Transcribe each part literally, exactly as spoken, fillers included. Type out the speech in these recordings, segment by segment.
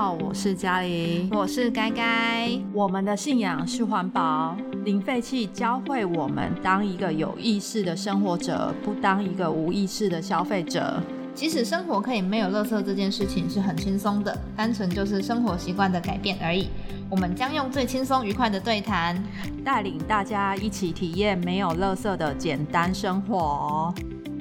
好，我是嘉玲， 我是该该。 我们的信仰是环保，零废弃教会我们当一个有意识的生活者，不当一个无意识的消费者。 即使生活可以没有垃圾这件事情是很轻松的，单纯就是生活习惯的改变而已。我们将用最轻松愉快的对谈， 带领大家一起体验没有垃圾的简单生活。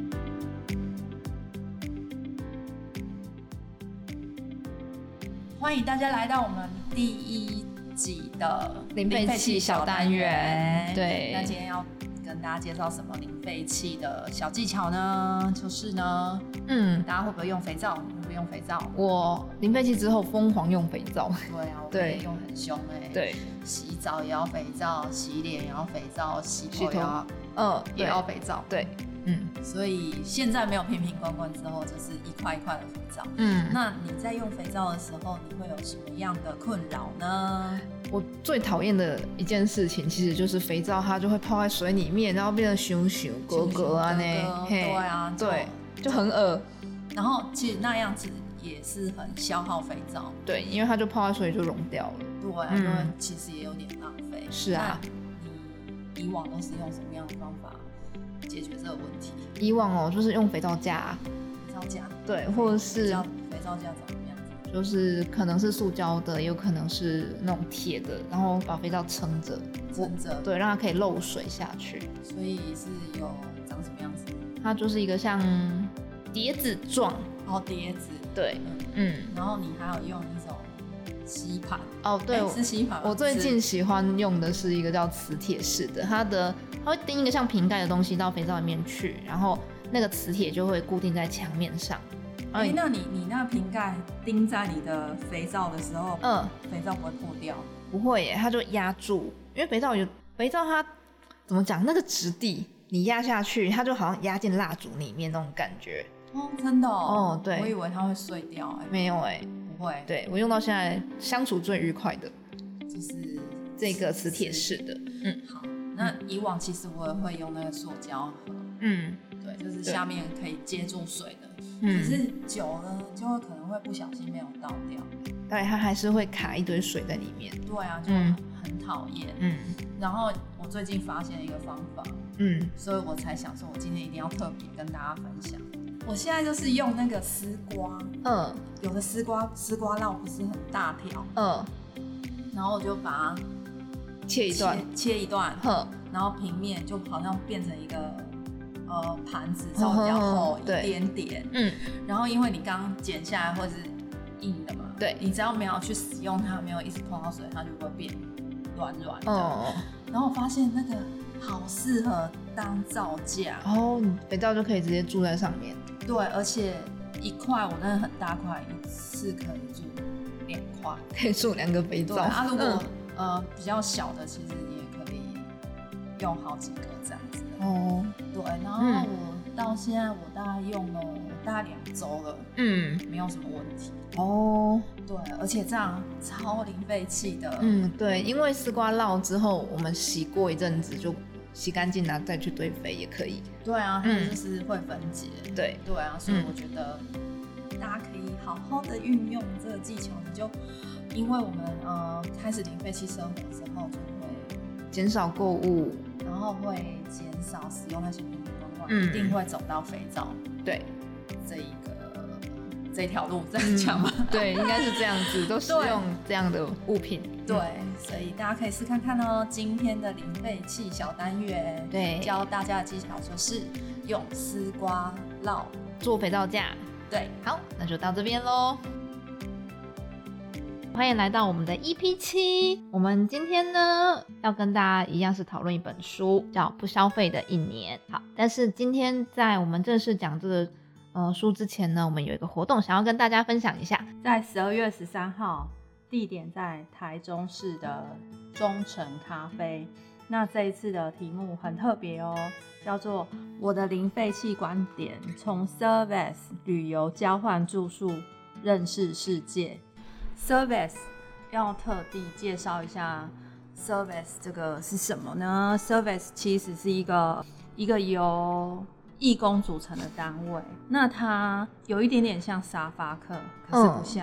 欢迎大家来到我们第一集的零废弃小单元。对， 那今天要跟大家介绍什么零废弃的小技巧呢？就是呢，嗯，大家会不会用肥皂？你会不会用肥皂？ 我零废弃之后疯狂用肥皂。 对啊，我也用很凶哎、欸。对，洗澡也要肥皂，洗脸也要肥皂，洗头也要，嗯，也要肥皂。 对。嗯， 所以现在没有瓶瓶罐罐之后，就是一块一块的肥皂。嗯，那你在用肥皂的时候，你会有什么样的困扰呢？ 我最讨厌的一件事情，其实就是肥皂它就会泡在水里面，然后变成熊熊格格啊呢。 对啊， 对，就很恶。 然后其实那样子也是很消耗肥皂。 对，因为它就泡在水里就溶掉了。 对啊，因为其实也有点浪费。是啊。 你以往都是用什么样的方法解决这个问题？ 以往哦，就是用肥皂架， 肥皂架， 对，或者是肥皂架长什么样子？ 就是可能是塑胶的，也有可能是那种铁的，然后把肥皂撑着， 撑着， 对，让它可以漏水下去。 所以是有长什么样子？ 它就是一个像碟子状， 哦，碟子， 对， 嗯嗯，然后你还有用一种吸盘哦，对， 欸、是吸盘。 我最近喜欢用的是一个叫磁铁式的，它的它会钉一个像瓶盖的东西到肥皂里面去，然后那个磁铁就会固定在墙面上。 哎、欸，那你你那瓶盖钉在你的肥皂的时候，嗯，肥皂不会破掉？ 不会耶，它就压住，因为肥皂有肥皂它怎么讲，那个质地你压下去，它就好像压进蜡烛里面那种感觉。 哦，真的 哦, 哦，对， 我以为它会碎掉、欸。 没有哎、 欸，不会。 对，我用到现在相处最愉快的就是这个磁铁式的。 嗯，好。那以往其实我也会用那个塑胶盒，嗯，对，就是下面可以接住水的。嗯，可是久了就会可能会不小心没有倒掉。 对，它还是会卡一堆水在里面。 对啊，就很讨厌。嗯，然后我最近发现一个方法，嗯，所以我才想说，我今天一定要特别跟大家分享。我现在就是用那个丝瓜，嗯，有的丝瓜丝瓜烙不是很大条，嗯，然后我就把它切一段， 切, 切一段，哼，然后平面就好像变成一个呃盘子，稍微比较厚一点点，嗯，然后因为你刚剪下来或者是硬的嘛，对，你只要没有去使用它，没有一直碰到水，它就会变软软的，哦，然后我发现那个好适合当皂架， 哦，肥皂就可以直接注在上面。 对，而且一块我真的很大块，一次可以注两块， 可以注两个肥皂。 对啊，如果、嗯、呃比较小的，其实你也可以用好几个这样子。哦，对，然后我到现在我大概用了大概两周了，嗯，没有什么问题。哦，对，而且这样超零废弃的。 嗯，对，因为丝瓜烙之后，我们洗过一阵子就洗干净了再去堆肥也可以。 对啊，它就是会分解。嗯、 对对啊，所以我觉得大家可以好好的运用这个技巧，你就因为我们呃开始零废弃生活之后，就会减少购物， 然后会减少使用那些瓶瓶罐罐，嗯，一定会走到肥皂。 对， 这一个这条路这样讲吗？ 嗯、对，应该是这样子，都使用这样的物品。 对，所以大家可以试看看哦。今天的零废弃小单元， 对， 教大家的技巧就是用丝瓜烙做肥皂架。 对， 好，那就到这边咯。欢迎来到我们的 E P 七。我们今天呢，要跟大家一样是讨论一本书，叫《不消费的一年》。好，但是今天在我们正式讲这个呃书之前呢，我们有一个活动想要跟大家分享一下， 在十二月十三号。地点在台中市的中诚咖啡。那这一次的题目很特别哦，叫做我的零废弃观点，从 Service 旅游交换住宿认识世界。Service 要特地介绍一下 Service 这个是什么呢？ Service 其实是一个一个由义工组成的单位，那它有一点点像沙发客，可是不像、嗯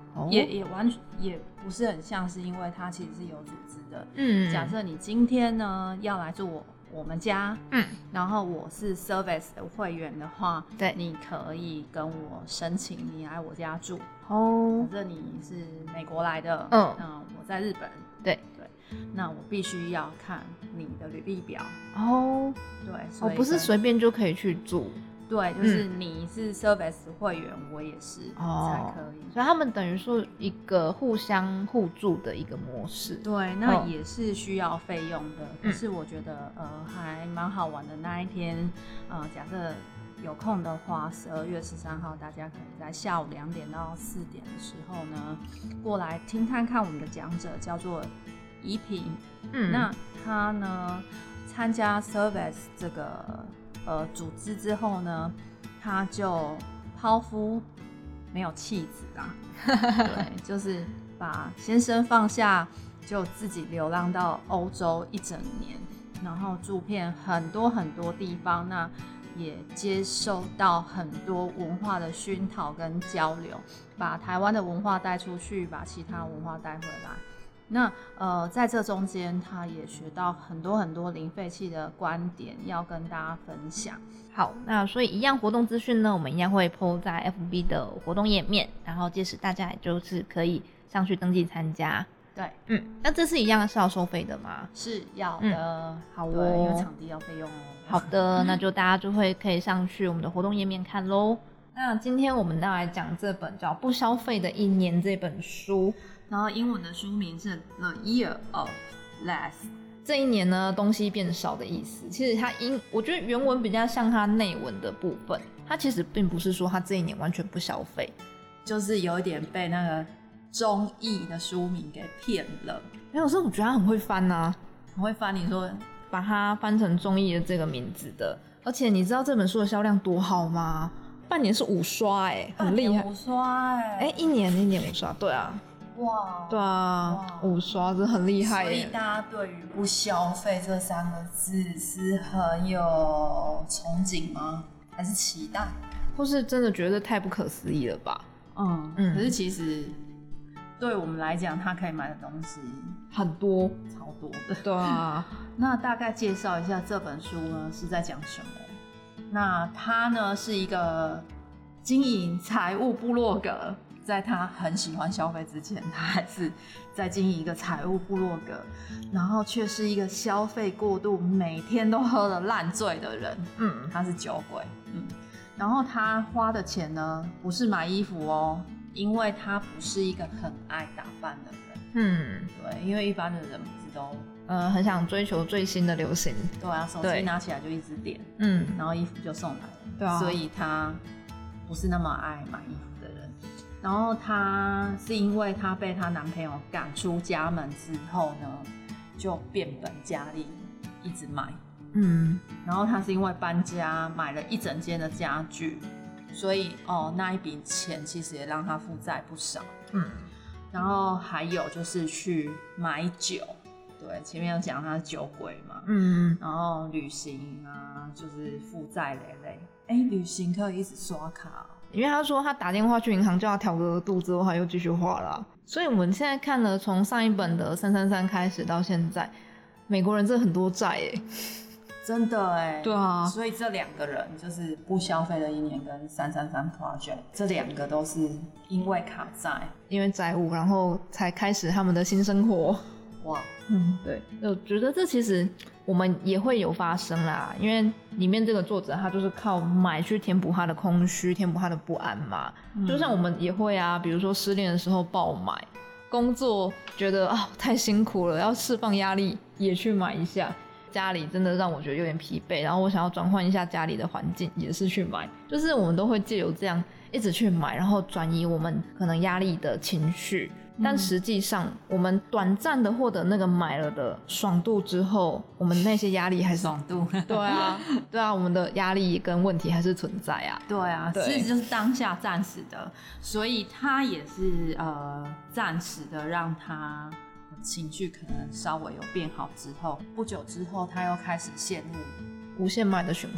哦、 也也完全也不是很像，是因为它其实是有组织的。 嗯， 假设你今天呢要来住我我们家， 嗯， 然后我是 Service 的会员的话， 对， 你可以跟我申请你来我家住。 哦， 假设你是美国来的， 嗯， 那我在日本， 对对，那我必须要看你的履历表。 哦， 对，所以哦，不是随便就可以去住。 对，就是你是 Service 会员，嗯、我也是、哦、才可以。 所以他们等于说一个互相互助的一个模式。 对，那也是需要费用的。 嗯、 可是我觉得呃还蛮好玩的。那一天呃，假设有空的话，十二月十三号，大家可以在下午两点到四点的时候呢，过来听看看我们的讲者，叫做怡萍。嗯，那他呢参加 Service 这个。呃，组织之后呢，他就抛夫没有妻子啦，对，就是把先生放下，就自己流浪到欧洲一整年，然后住遍很多很多地方，那也接受到很多文化的熏陶跟交流，把台湾的文化带出去，把其他文化带回来。那呃，在这中间，他也学到很多很多零废弃的观点，要跟大家分享。 好，那所以一样活动资讯呢，我们一样会 po 在 F B 的活动页面，然后届时大家也就是可以上去登记参加。 对， 嗯，那这是一样是要收费的吗？ 是要的。 嗯、好哦， 对，因为场地要费用哦。 好的，那就大家就会可以上去我们的活动页面看咯。那今天我们要来讲这本叫《不消费的一年》这本书。 然后英文的书名是 The Year of Less， 这一年呢东西变少的意思。其实它英我觉得原文比较像它内文的部分，它其实并不是说它这一年完全不消费， 就是有一点被那个中译的书名给骗了。 没有，是我觉得他很会翻啊， 很会翻。你说把它翻成中译的这个名字的，而且你知道这本书的销量多好吗？半年是五刷哎、欸，很厉害。 五刷哎、欸， 哎、欸，一年一年五刷，对啊。 哇， 对啊，五刷这很厉害耶。 所以大家对于不消费这三个字是很有憧憬吗？还是期待？ 或是真的觉得太不可思议了吧？ 嗯嗯。可是其实对我们来讲，它可以买的东西很多， 超多的。 对啊。 那大概介绍一下这本书呢是在讲什么？那它呢是一个经营财务部落格。在他很喜欢消费之前，他还是在经营一个财务部落格，然后却是一个消费过度、每天都喝得烂醉的人。嗯，他是酒鬼。嗯，然后他花的钱呢，不是买衣服哦，因为他不是一个很爱打扮的人。嗯，对，因为一般的人不是都呃很想追求最新的流行。 对啊，手机拿起来就一直点， 嗯， 然后衣服就送来了。 对啊， 所以他不是那么爱买衣服。然后她是因为她被她男朋友赶出家门之后呢，就变本加厉，一直买。嗯，然后她是因为搬家买了一整间的家具，所以哦那一笔钱其实也让她负债不少。嗯，然后还有就是去买酒，对，前面有讲她是酒鬼嘛。嗯，然后旅行啊，就是负债累累。哎，旅行可以一直刷卡哦。 因为他说他打电话去银行叫他调个额度之后，他又继续花了。所以我们现在看了从上一本的三三三开始到现在，美国人真的很多债耶， 真的哎。 对啊， 所以这两个人就是不消费的一年跟三三三 Project 这两个都是因为卡债， 因为债务，然后才开始他们的新生活。 哇， 嗯，对，我觉得这其实我们也会有发生啦，因为里面这个作者他就是靠买去填补他的空虚，填补他的不安嘛。嗯、就像我们也会啊，比如说失恋的时候爆买，工作觉得啊太辛苦了，要释放压力也去买一下。家里真的让我觉得有点疲惫，然后我想要转换一下家里的环境，也是去买。就是我们都会借由这样一直去买，然后转移我们可能压力的情绪。但实际上我们短暂的获得那个买了的爽度之后，我们那些压力还是爽度对啊对啊，我们的压力跟问题还是存在啊。 对啊，其实就是当下暂时的，所以他也是呃暂时的让他情绪可能稍微有变好之后，不久之后他又开始陷入无限买的循环。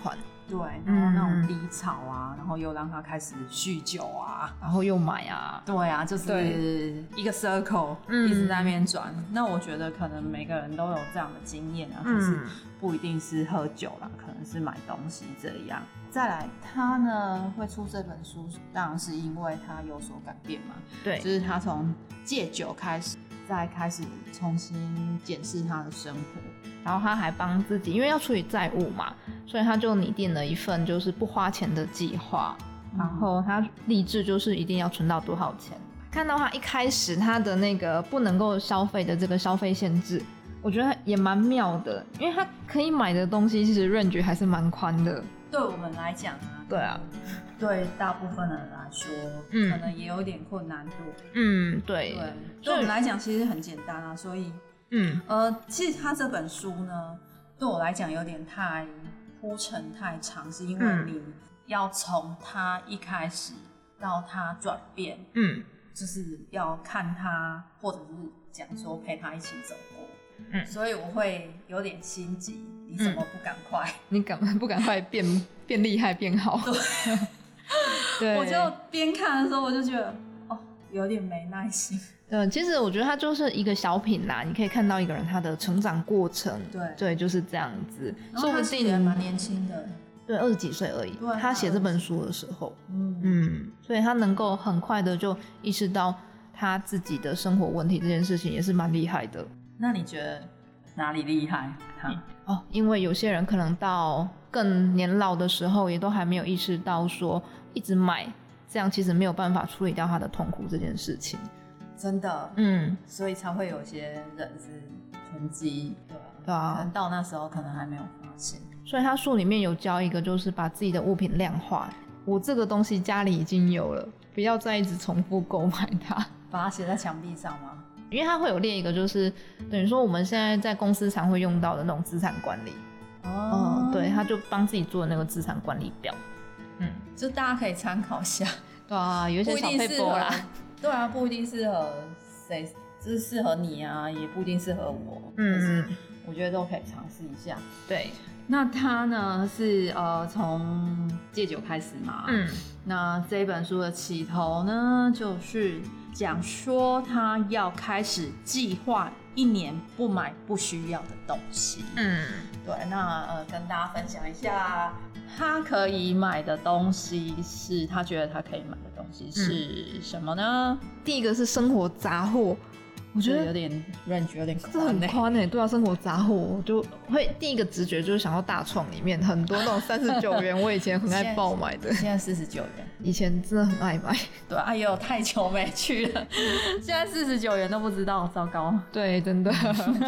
对，然后那种低潮啊，然后又让他开始酗酒啊， 然后又买啊， 对啊，就是一个 circle、嗯、一直在那边转。那我觉得可能每个人都有这样的经验啊，可是不一定是喝酒啦，可能是买东西这样。再来，他呢会出这本书，当然是因为他有所改变嘛， 对， 就是他从戒酒开始，再开始重新检视他的生活。 然后他还帮自己，因为要处理债务嘛，所以他就拟定了一份就是不花钱的计划。嗯、然后他立志就是一定要存到多少钱。看到他一开始他的那个不能够消费的这个消费限制，我觉得也蛮妙的，因为他可以买的东西其实 range 还是蛮宽的。 对我们来讲啊， 对啊， 对大部分人来说，嗯、可能也有点困难度。 嗯，对。 对，对我们来讲其实很简单啊，所以。嗯，呃，其实他这本书呢，对我来讲有点太铺陈太长，是因为你要从他一开始到他转变，嗯，就是要看他，或者是讲说陪他一起走过，嗯，所以我会有点心急，你怎么不赶快？嗯、 你赶不赶快变变厉害变好？ 对，对，我就边看的时候我就觉得，哦，有点没耐心。 嗯，其实我觉得它就是一个小品啦，你可以看到一个人他的成长过程， 对对，就是这样子。 说不定也蛮年轻的， 对，二十几岁而已。他写这本书的时候，嗯嗯，所以他能够很快的就意识到他自己的生活问题这件事情，也是蛮厉害的。 那你觉得哪里厉害？他哦，因为有些人可能到更年老的时候，也都还没有意识到说一直买，这样其实没有办法处理掉他的痛苦这件事情。 真的，嗯，所以才会有些人是囤积，对啊， 对啊， 可能到那时候可能还没有发现。 所以他书里面有教一个，就是把自己的物品量化。我这个东西家里已经有了，不要再一直重复购买它。 把它写在墙壁上吗？ 因为他会有列一个，就是等于说我们现在在公司常会用到的那种资产管理。哦、嗯，对，他就帮自己做那个资产管理表。 嗯，就大家可以参考一下。 对啊，有一些小撇步啦。 对啊，不一定适合谁，就是适合你啊，也不一定适合我。嗯嗯，我觉得都可以尝试一下。 对， 那他呢是呃从戒酒开始嘛。嗯，那这本书的起头呢，就是讲说他要开始计划一年不买不需要的东西。嗯，对，那呃跟大家分享一下，他可以买的东西是他觉得他可以买的东西是什么呢？ 嗯、第一个是生活杂货，我觉得有点 range 有点宽、欸， 这很宽哎、欸。对啊，生活杂货我就会第一个直觉就是想到大创里面很多那种三十九元，我以前很爱爆买的。 现在四十九元， 以前真的很爱买。 对啊，也有太久没去了，现在四十九元都不知道，糟糕。 对，真的。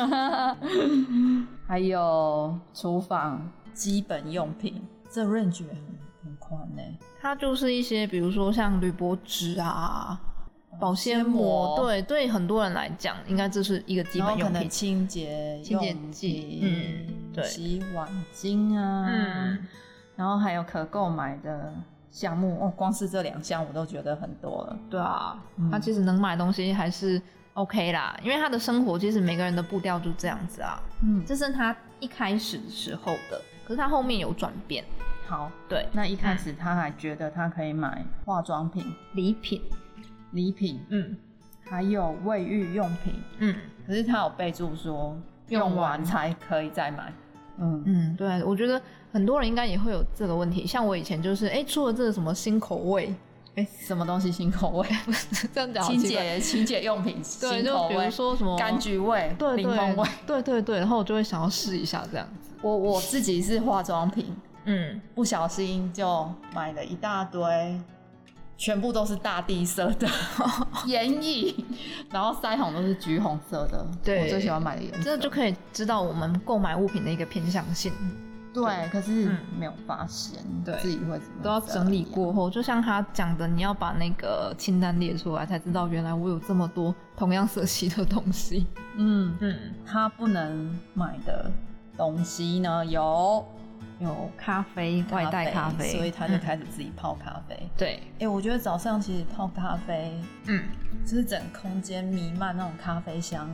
还有厨房基本用品，这 range 很很宽呢、欸。 它就是一些，比如说像铝箔纸啊。保鲜膜，对对，很多人来讲，应该这是一个基本用品。 然后可能清洁清洁剂，嗯，对， 洗碗巾啊，嗯，然后还有可购买的项目哦，光是这两项我都觉得很多了。 对啊，嗯、他其实能买的东西还是 OK 啦，因为他的生活其实每个人的步调就这样子啊。嗯，这是他一开始的时候的，可是他后面有转变。 好， 对， 那一开始他还觉得他可以买化妆品、 礼品。 礼品，嗯，还有卫浴用品，嗯，可是他有备注说用完才可以再买， 嗯嗯，对，我觉得很多人应该也会有这个问题，像我以前就是，哎、欸，出了这个什么新口味， 哎、欸，什么东西新口味？ 这样讲， 清洁清洁用品新口味， 对，就比如说什么柑橘味、 对柠檬味， 对对对，然后我就会想要试一下这样子。 我我自己是化妆品，嗯，不小心就买了一大堆。全部都是大地色的眼影，然后腮红都是橘红色的，对，我最喜欢买的颜色。 这就可以知道我们购买物品的一个偏向性。 对，对可是没有发现，对、嗯，自己会怎么都要整理过后，就像他讲的，你要把那个清单列出来，才知道原来我有这么多同样色系的东西。 嗯嗯，他不能买的东西呢有。 有咖啡，外带咖啡， 所以他就开始自己泡咖啡。 嗯、对， 哎、欸，我觉得早上其实泡咖啡，嗯，就是整空间弥漫那种咖啡香，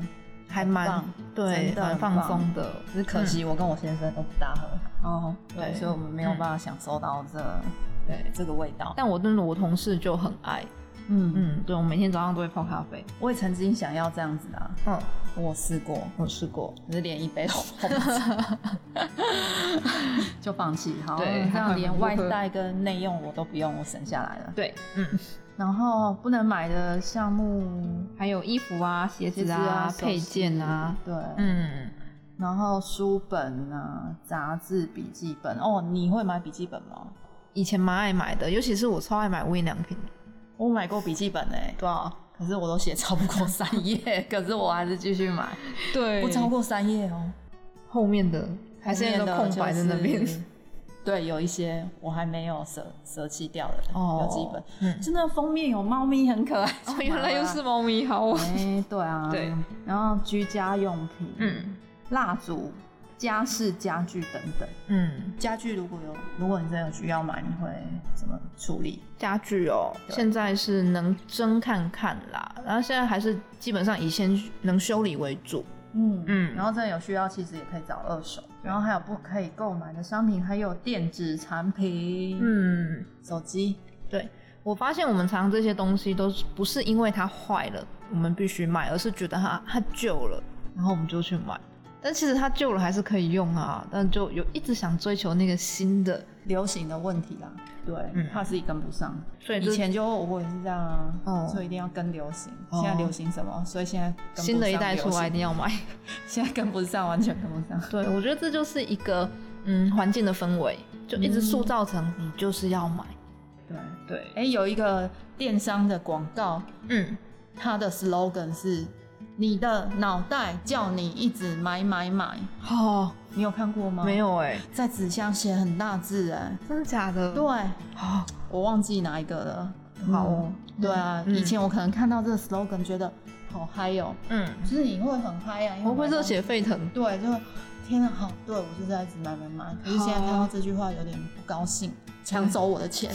还蛮对，蛮放松的。 只是可惜我跟我先生都不大喝。 哦， 对，所以我们没有办法享受到这个、 对这个味道。 但我真的我同事就很爱。嗯嗯，对，我每天早上都会泡咖啡。 我也曾经想要这样子啊，嗯，我试过， 我试过， 可是连一杯都泡不成，就放弃。好， 对， 这样连外带跟内用我都不用，我省下来了。 对，嗯。 然后不能买的项目还有衣服啊、鞋子啊、啊配件啊， 对，嗯。然后书本啊、杂志、笔记本。哦，你会买笔记本吗？ 以前蛮爱买的，尤其是我超爱买无印良品。 我买过笔记本诶、欸， 对啊， 可是我都写超不过三页，可是我还是继续买。 对， 不超过三页哦。 后面的还是那个空白在那边。 对，有一些我还没有舍舍弃掉的哦， 有几本，嗯，就那封面有猫咪很可爱。 哦，原来又是猫咪，好啊。 哎、欸，对啊， 对。 然后居家用品， 嗯， 蜡烛、家饰、家具等等。嗯，家具如果有，如果你真的有需要买，你会怎么处理？ 家具哦，现在是能真看看啦，然后现在还是基本上以先能修理为主。 嗯嗯，然后真的有需要，其实也可以找二手。然后还有不可以购买的商品，还有电子产品，嗯，手机。 对，我发现我们常常这些东西都不是因为它坏了我们必须买，而是觉得它它旧了，然后我们就去买。但其实它旧了还是可以用啊，但就有一直想追求那个新的流行的问题啦。对，嗯，怕自己跟不上。 所以以前就我也是这样啊，哦，所以一定要跟流行。哦，现在流行什么？所以现在跟不上新的一代出来一定要买。 现在跟不上，完全跟不上。 对，我觉得这就是一个嗯环境的氛围，就一直塑造成你就是要买。 对对， 哎，有一个电商的广告，嗯，它的 slogan 是你的脑袋叫你一直买买买。 哦， 你有看过吗？ 没有哎、欸， 在纸箱写很大字哎， 真的假的？ 对，哦，我忘记哪一个了。 好哦， 嗯，对啊，嗯，以前我可能看到这个 slogan 觉得好嗨哦，嗯，就是你会很嗨啊， 我会热血沸腾。 对，就天啊，好，对我就是在一直买买买。可是现在看到这句话有点不高兴，抢走我的钱。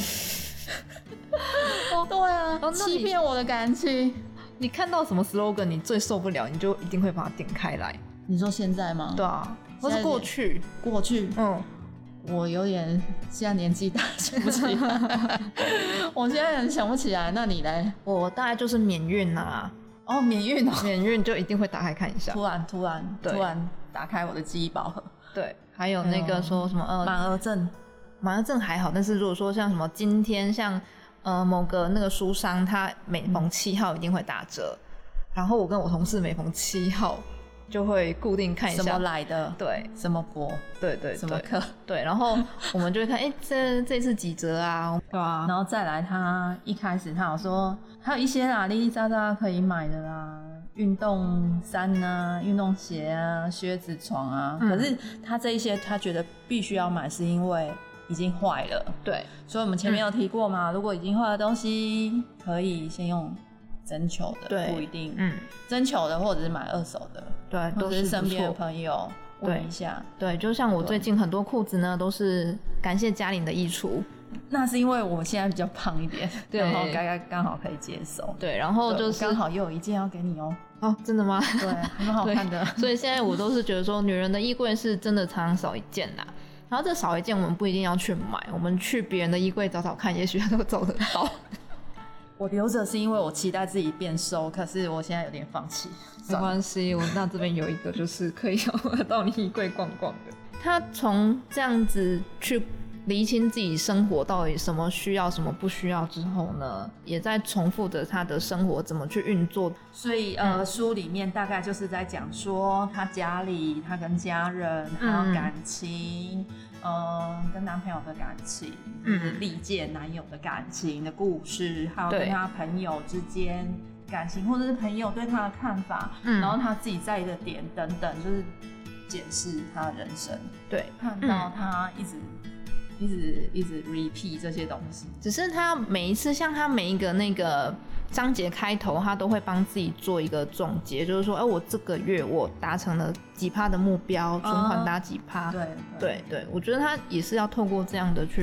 哦，对啊，哦，欺骗我的感情。 你看到什么 slogan 你最受不了，你就一定会把它点开来。 你说现在吗？ 对啊，或是过去， 过去，嗯，我有点现在年纪大，想不起来。我现在很想不起来，那你嘞？ 我大概就是免运啊。 哦，免运哦， 免运就一定会打开看一下。 突然，突然，突然打开我的记忆宝盒。 对，还有那个说什么呃， 满额赠， 满额赠还好，但是如果说像什么今天像呃某个那个书商，他每逢七号一定会打折，然后我跟我同事每逢七号就会固定看一下什么来的， 对， 什么博， 对对， 什么课， 对，然后我们就会看，哎、欸，这这次几折啊？ 对啊，然后再来，他一开始他有说，还有一些啦，哩哩喳喳可以买的啦，运动衫啊、运动鞋啊、靴子、床啊，嗯、可是他这一些他觉得必须要买，是因为已经坏了。 对， 所以我们前面有提过嘛，嗯、如果已经坏的东西，可以先用征求的， 对， 不一定，嗯，征求的或者是买二手的， 对， 或者是身边的朋友问一下， 对，就像我最近很多裤子呢，都是感谢嘉玲的衣橱。 那是因为我现在比较胖一点， 对， 然后刚刚刚好可以接受， 对，然后就是刚好又有一件要给你哦。 哦，真的吗？ 对，很好看的。 所以现在我都是觉得说，女人的衣柜是真的常常少一件啦。然后这少一件，我们不一定要去买，我们去别人的衣柜找找看，也许他都找得到。 我留着是因为我期待自己变瘦，可是我现在有点放弃。 没关系，我那这边有一个就是可以到你衣柜逛逛的。他从这样子去厘清自己生活到底什么需要什么不需要之后呢，也在重复着他的生活怎么去运作。 所以呃、嗯，书里面大概就是在讲说他家里他跟家人还有感情、嗯呃、跟男朋友的感情，就是历届男友的感情的故事，还有跟他朋友之间感情或者是朋友对他的看法、嗯、然后他自己在意的点等等，就是检视他的人生。 对， 看到他一直、嗯一直一直 repeat 这些东西， 只是他每一次像他每一个那个章节开头，他都会帮自己做一个总结，就是说，哎、欸，我这个月我达成了几趴的目标，存款达几趴、 嗯，对对对，我觉得他也是要透过这样的去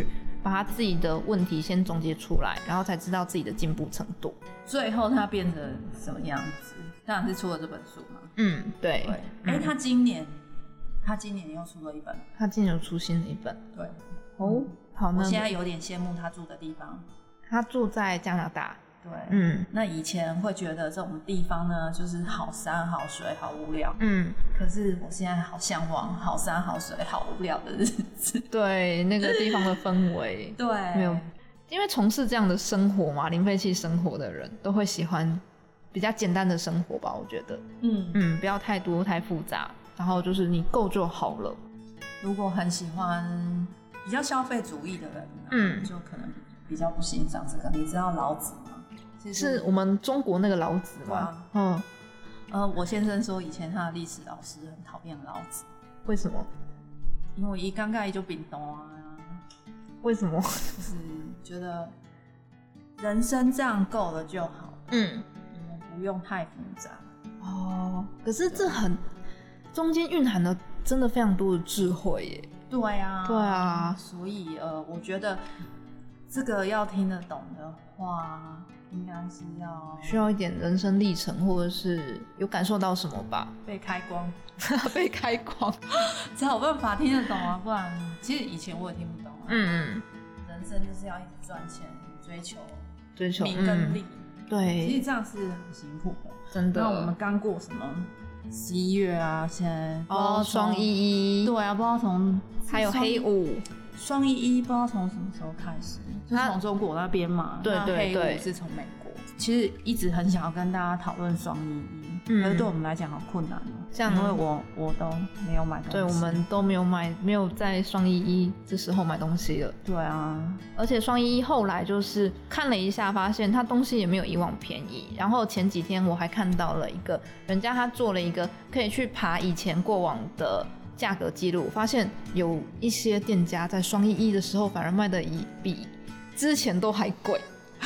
把他自己的问题先总结出来，然后才知道自己的进步程度。 最后他变成什么样子？当然是出了这本书嘛。 嗯，对。 对，哎、嗯，他今年他今年又出了一本， 他今年有出新的一本。 对。 哦，好， 我现在有点羡慕他住的地方。 他住在加拿大。 对， 嗯， 那以前会觉得这种地方呢，就是好山好水好无聊， 嗯， 可是我现在好向往好山好水好无聊的日子。 对，那个地方的氛围， 对， 没有，因为从事这样的生活嘛，零废弃生活的人都会喜欢比较简单的生活吧，我觉得，嗯嗯，不要太多太复杂，然后就是你够就好了。 如果很喜欢比较消费主义的人，嗯，就可能比较不欣赏这个。你知道老子吗？ 是我们中国那个老子吗？啊、 嗯，呃，我先生说以前他的历史老师很讨厌老子， 为什么？ 因为一刚开始就冰冻啊。 为什么？ 就是觉得人生这样够了就好，嗯，你们不用太复杂。 哦，可是这很中间蕴含了真的非常多的智慧耶。 对啊， 对啊， 所以呃，我觉得这个要听得懂的话。应该是要需要一点人生历程，或者是有感受到什么吧？ 被开光， 被开光， 才有办法听得懂啊！不然，其实以前我也听不懂啊。嗯嗯，人生就是要一直赚钱，追求追求名跟利、 嗯。对， 其实这样是很辛苦的， 真的。 那我们刚过什么十一月啊？现在哦，双一一， 对啊，不知道从还有黑五。 双一一不知道从什么时候开始，就是从中国那边嘛。 对对对， 黑五是从美国。其实一直很想要跟大家讨论双一一，嗯，可是对我们来讲好困难哦。这样，因为我我都没有买东西， 对，我们都没有买，没有在双一一这时候买东西了。 对啊， 而且双一一后来就是看了一下，发现它东西也没有以往便宜。然后前几天我还看到了一个人家他做了一个可以去爬以前过往的价格记录，发现有一些店家在双一一的时候反而卖的比之前都还贵。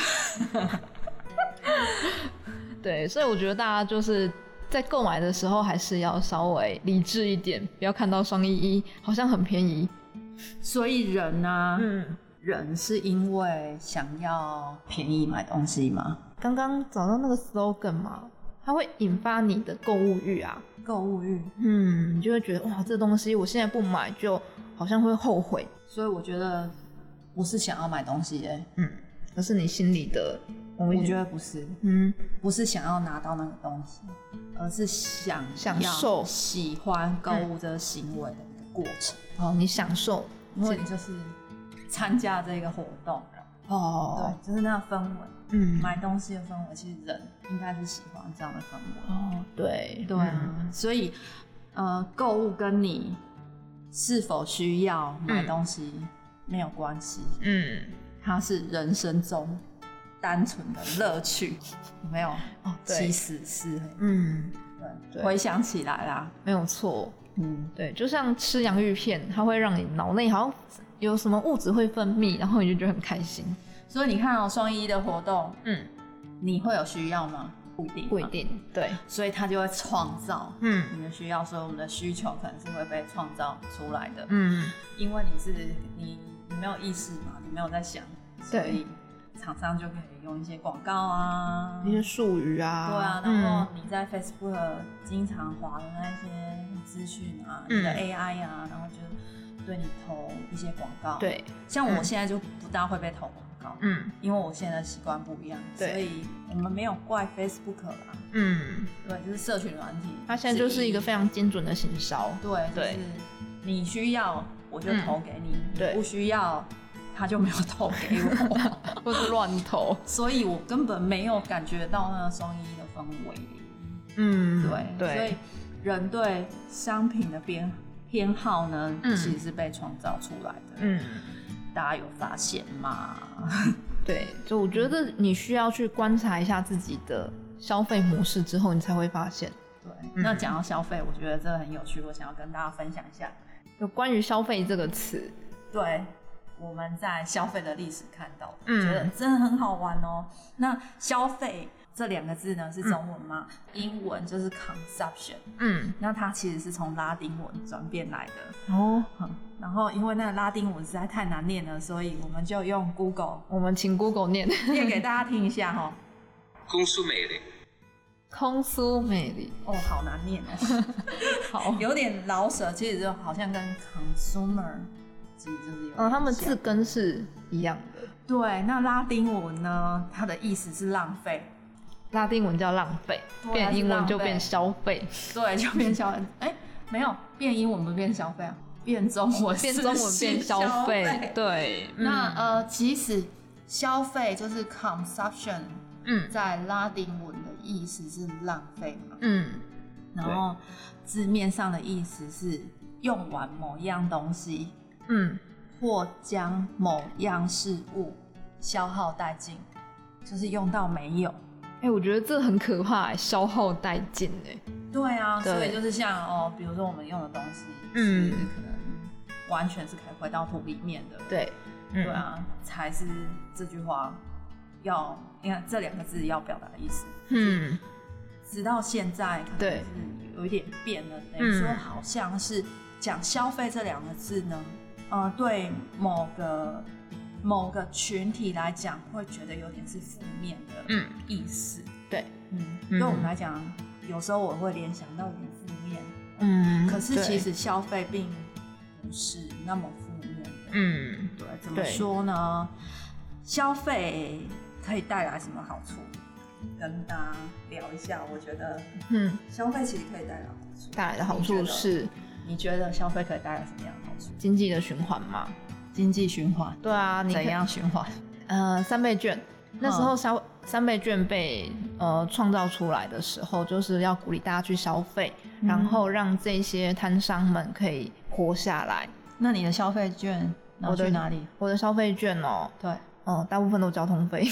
对，所以我觉得大家就是在购买的时候还是要稍微理智一点，不要看到双一一好像很便宜。 所以人啊，嗯，人是因为想要便宜买东西吗？ 刚刚找到那个 slogan 嘛，它会引发你的购物欲啊， 购物欲， 嗯，你就会觉得哇，这东西我现在不买就好像会后悔。 所以我觉得不是想要买东西耶、欸， 嗯，而是你心里的。 我觉得不是，嗯，不是想要拿到那个东西，而是想享受、 喜欢购物这个行为的一个过程。 哦，你享受， 因为你就是参加这个活动，哦，对，就是那个氛围，嗯，买东西的氛围，其实人应该是喜欢这样的氛围。 哦，对， 对啊，嗯、所以呃，购物跟你是否需要买东西没有关系，嗯，它是人生中单纯的乐趣，有没有？哦，其实是，嗯，对，回想起来啦， 没有错，嗯，对，就像吃洋芋片，它会让你脑内好像有什么物质会分泌，然后你就觉得很开心。 所以你看哦，双一的活动，嗯，你会有需要吗？不一定， 不一定，对， 所以它就会创造，嗯，你的需要，所以我们的需求可能是会被创造出来的，嗯，因为你是你你没有意识嘛，你没有在想，所以厂商就可以用一些广告啊， 一些术语啊， 对啊，然后你在 Facebook 经常滑的那些资讯啊，嗯、你的 A I 啊，然后就对你投一些广告。对，像我现在就不大会被投广告，嗯，因为我现在的习惯不一样，所以我们没有怪 Facebook 啦，嗯，对，就是社群软体， 它现在就是一个非常精准的行销， 对，就是你需要我就投给你，嗯、你不需要。他就没有投给我， 或是乱投， 所以我根本没有感觉到那个双一的氛围。嗯，对对，所以人对商品的偏偏好呢，嗯、其实是被创造出来的。嗯，大家有发现吗？ 对，就我觉得你需要去观察一下自己的消费模式之后，你才会发现。 对，嗯、那讲到消费，我觉得这个很有趣，我想要跟大家分享一下， 有关于消费这个词。 对。我们在消费的历史看到的，嗯、觉得真的很好玩哦。那消费这两个字呢是中文嘛，嗯、英文就是 consumption， 嗯， 那它其实是从拉丁文转变来的哦、 嗯。然后因为那个拉丁文实在太难念了，所以我们就用 Google， 我们请 Google 念念给大家听一下哈。 consumere， consumere， 哦，好难念哦， 好， 有点老舍，其实就好像跟 consumer 其实就是有点像。 嗯，他们字根是一样的。 对，那拉丁文呢，它的意思是浪费。 拉丁文叫浪费，变英文就变消费。 对，就变消费。哎，没有，变英文不变消费啊，变中文变中文变消费。对， 嗯、那呃，其实消费就是 consumption， 嗯，在拉丁文的意思是浪费嘛， 嗯， 然后字面上的意思是用完某样东西， 嗯， 或将某样事物消耗殆尽，就是用到没有。 哎、欸，我觉得这很可怕，消耗殆尽哎。 对啊，对，所以就是像哦，比如说我们用的东西，嗯，可能完全是可以回到土里面的。 对， 嗯、对啊，才是这句话要，你看这两个字要表达的意思。嗯，直到现在可能是有一点变了，等于说好像是讲消费这两个字呢，呃，对某个。某个群体来讲，会觉得有点是负面的意思。嗯、 对， 嗯，对我们来讲，有时候我会联想到有点负面。 嗯， 可是其实消费并不是那么负面的。嗯，对，怎么说呢？消费可以带来什么好处？跟大家聊一下。我觉得，嗯，消费其实可以带来好处。 带来的好处是， 你觉得消费可以带来什么样的好处？ 经济的循环嘛。 经济循环， 对啊，你怎样循环？ 呃，三倍券那时候消三倍券被呃创造出来的时候，就是要鼓励大家去消费，嗯、然后让这些摊商们可以活下来。 那你的消费券拿去哪里？ 我的消费券哦， 对， 哦、呃，大部分都交通费，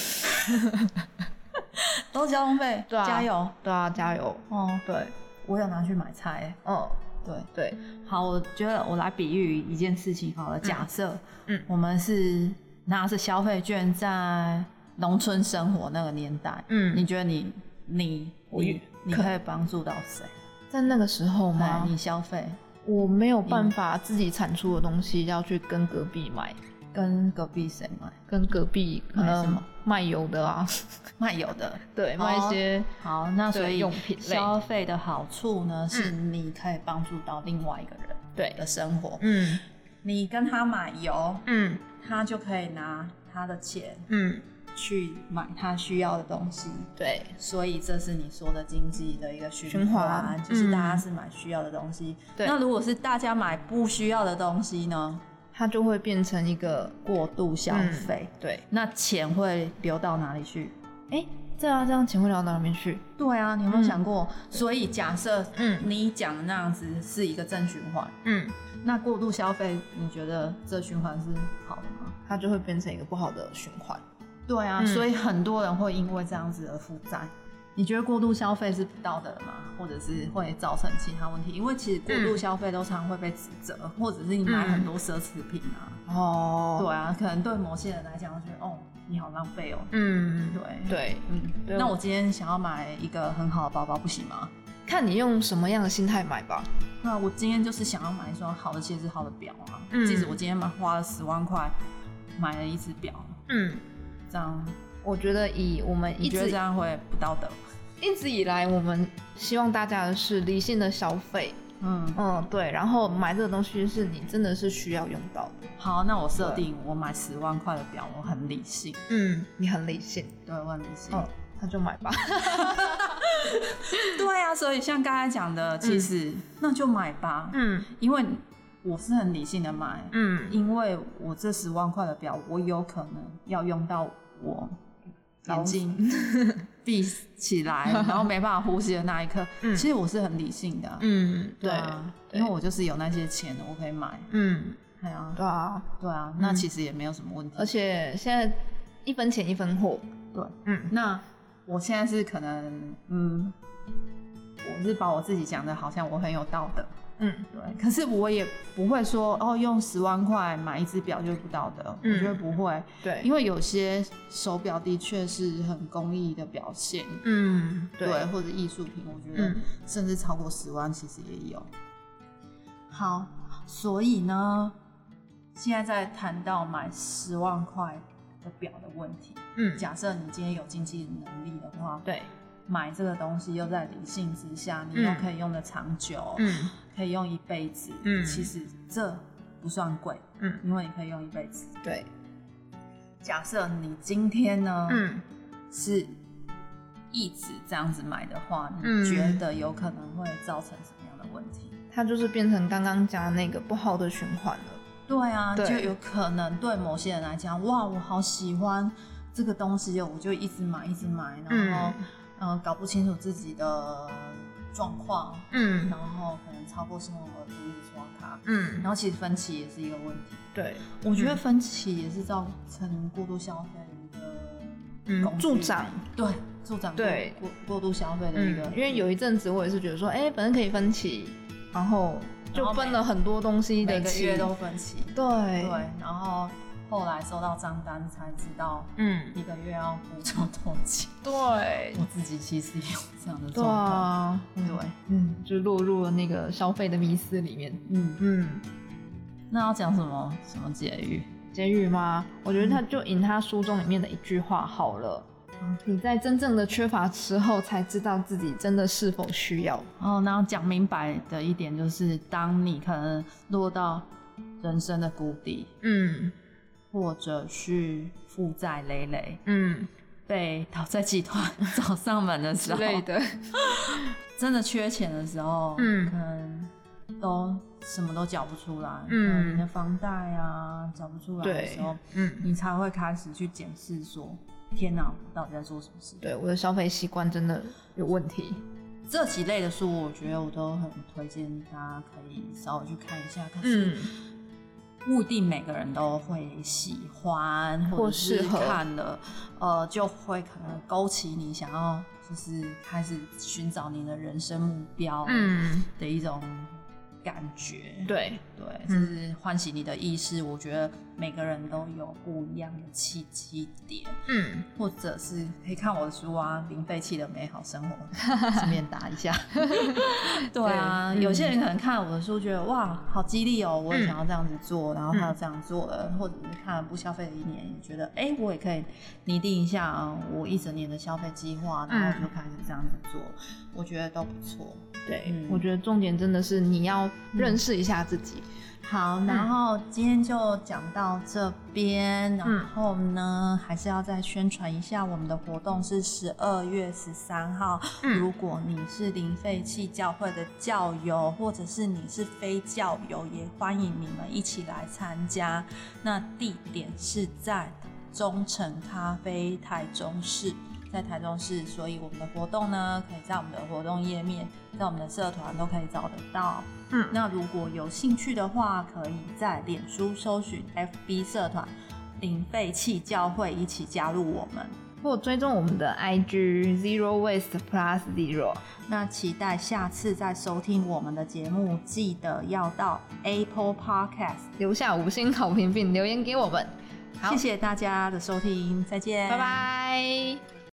都是交通费， 对啊， 加油， 对啊，加油， 哦， 对， 我有拿去买菜， 嗯。 对对， 好，我觉得我来比喻一件事情好了。假设，嗯，我们是拿着消费券在农村生活那个年代，嗯，你觉得你你你你可以帮助到谁？ 在那个时候吗？ 你消费， 我没有办法自己产出的东西要去跟隔壁买。 跟隔壁谁买？ 跟隔壁可能卖油的啊， 卖油的， 对，卖一些好，那所以用品类消费的好处呢，是你可以帮助到另外一个人对的生活。嗯，你跟他买油，嗯，他就可以拿他的钱，嗯，去买他需要的东西。 对， 所以这是你说的经济的一个循环，就是大家是买需要的东西。对，那如果是大家买不需要的东西呢？ 它就会变成一个过度消费、嗯， 对， 那钱会流到哪里去？ 哎、欸，对啊，这样钱会流到哪里去？ 对啊，你有没有想过？嗯、所以假设，嗯，你讲的那样子是一个正循环，嗯，那过度消费，你觉得这循环是好的吗？ 它就会变成一个不好的循环。 对啊，嗯、所以很多人会因为这样子而负债。你觉得过度消费是不道德的吗？或者是会造成其他问题？因为其实过度消费都常会被指责，嗯、或者是你买很多奢侈品啊。哦、嗯，对啊，可能对某些人来讲，觉得哦，你好浪费哦。嗯，对对，嗯。 对，那我今天想要买一个很好的包包，不行吗？ 看你用什么样的心态买吧。 那我今天就是想要买一双好的鞋子、好的表啊。嗯。即使我今天花了十万块买了一只表，嗯，这样。 我觉得以我们一直你觉得这样会不道德？ 一直以来，我们希望大家的是理性的消费，嗯嗯，对，然后买这个东西是你真的是需要用到的。 好，那我设定我买十万块的表，我很理性。 嗯，你很理性， 对，我很理性。 嗯，那就买吧。 对啊，所以像刚才讲的，其实、嗯、那就买吧。嗯，因为我是很理性的买。嗯，因为我这十万块的表，我有可能要用到我。眼睛闭起来，然后没办法呼吸的那一刻，嗯、其实我是很理性的、啊。嗯，对啊，因为我就是有那些钱，我可以买。嗯，对啊， 对啊， 对啊，那其实也没有什么问题。 而且现在一分钱一分货。 对，嗯，那我现在是可能，嗯，我是把我自己讲的好像我很有道德。 嗯， 对。可是我也不会说哦，用十万块买一只表就不道德，嗯、我觉得不会。 对， 因为有些手表的确是很工艺的表现， 嗯，对， 对，或者艺术品，我觉得甚至超过十万其实也有。好，所以呢，现在在谈到买十万块的表的问题。嗯，假设你今天有经济能力的话， 对， 买这个东西又在理性之下，你又可以用得长久，嗯，可以用一辈子，嗯，其实这不算贵，嗯，因为你可以用一辈子。 对， 假设你今天呢，嗯，是一直这样子买的话，你觉得有可能会造成什么样的问题？ 它就是变成刚刚讲的那个不好的循环了。 对啊，对，就有可能对某些人来讲，哇，我好喜欢这个东西哦，我就一直买，一直买，然后、嗯呃、搞不清楚自己的状况，嗯，然后可能超过信用额度一直刷卡，嗯，然后其实分期也是一个问题。 对， 我觉得分期也是造成过度消费的一个工具， 嗯，助长， 对，助长对过, 过度消费的一个、嗯。 因为有一阵子我也是觉得说，哎、欸，反正可以分期，然后就分了很多东西的期， 每个月都分期， 对对，然后后来收到账单才知道，嗯，一个月要付出多钱。 对， 我自己其实也有这样的状况，对、啊，对， 嗯，就落入了那个消费的迷思里面。嗯嗯， 那要讲什么什么节育？ 节育吗？我觉得他就引他书中里面的一句话好了。嗯、你在真正的缺乏之后，才知道自己真的是否需要。 哦，然后讲明白的一点就是，当你可能落到人生的谷底，嗯，或者是负债累累，嗯，被讨债集团找上门的时候， 之类的， 真的缺钱的时候，嗯，可能都什么都缴不出来，嗯，你的房贷啊缴不出来的时候，嗯，你才会开始去检视说，天哪，我到底在做什么事？ 对，我的消费习惯真的有问题。 这几类的书，我觉得我都很推荐大家可以稍微去看一下。可是不一定每个人都会喜欢，或者是看了，呃，就会可能勾起你想要就是开始寻找你的人生目标的一种感觉。 嗯、对对，就是唤醒你的意识。我觉得每个人都有不一样的契机点，嗯，或者是可以看我的书啊，《零废弃的美好生活》，顺便打一下。对啊，对，有些人可能看我的书觉得哇，好激励哦，我也想要这样子做，嗯、然后他这样做了，嗯、或者是看了不消费的一年，也觉得哎、欸，我也可以拟定一下啊，我一整年的消费计划，然后就开始这样子做，嗯、我觉得都不错。 对、嗯，我觉得重点真的是你要认识一下自己。嗯、 好，然后今天就讲到这边，然后呢，嗯、还是要再宣传一下我们的活动是十二月十三号。嗯、如果你是零废弃教会的教友，或者是你是非教友，也欢迎你们一起来参加。那地点是在中诚咖啡台中市。在台中市，所以我们的活动呢，可以在我们的活动页面，在我们的社团都可以找得到。嗯，那如果有兴趣的话，可以在脸书搜寻 F B 社团零废弃教会，一起加入我们， 或追踪我们的 I G Zero Waste Plus Zero。 那期待下次再收听我们的节目，记得要到 Apple Podcast 留下五星好评并留言给我们。 谢谢大家的收听，再见， 拜拜。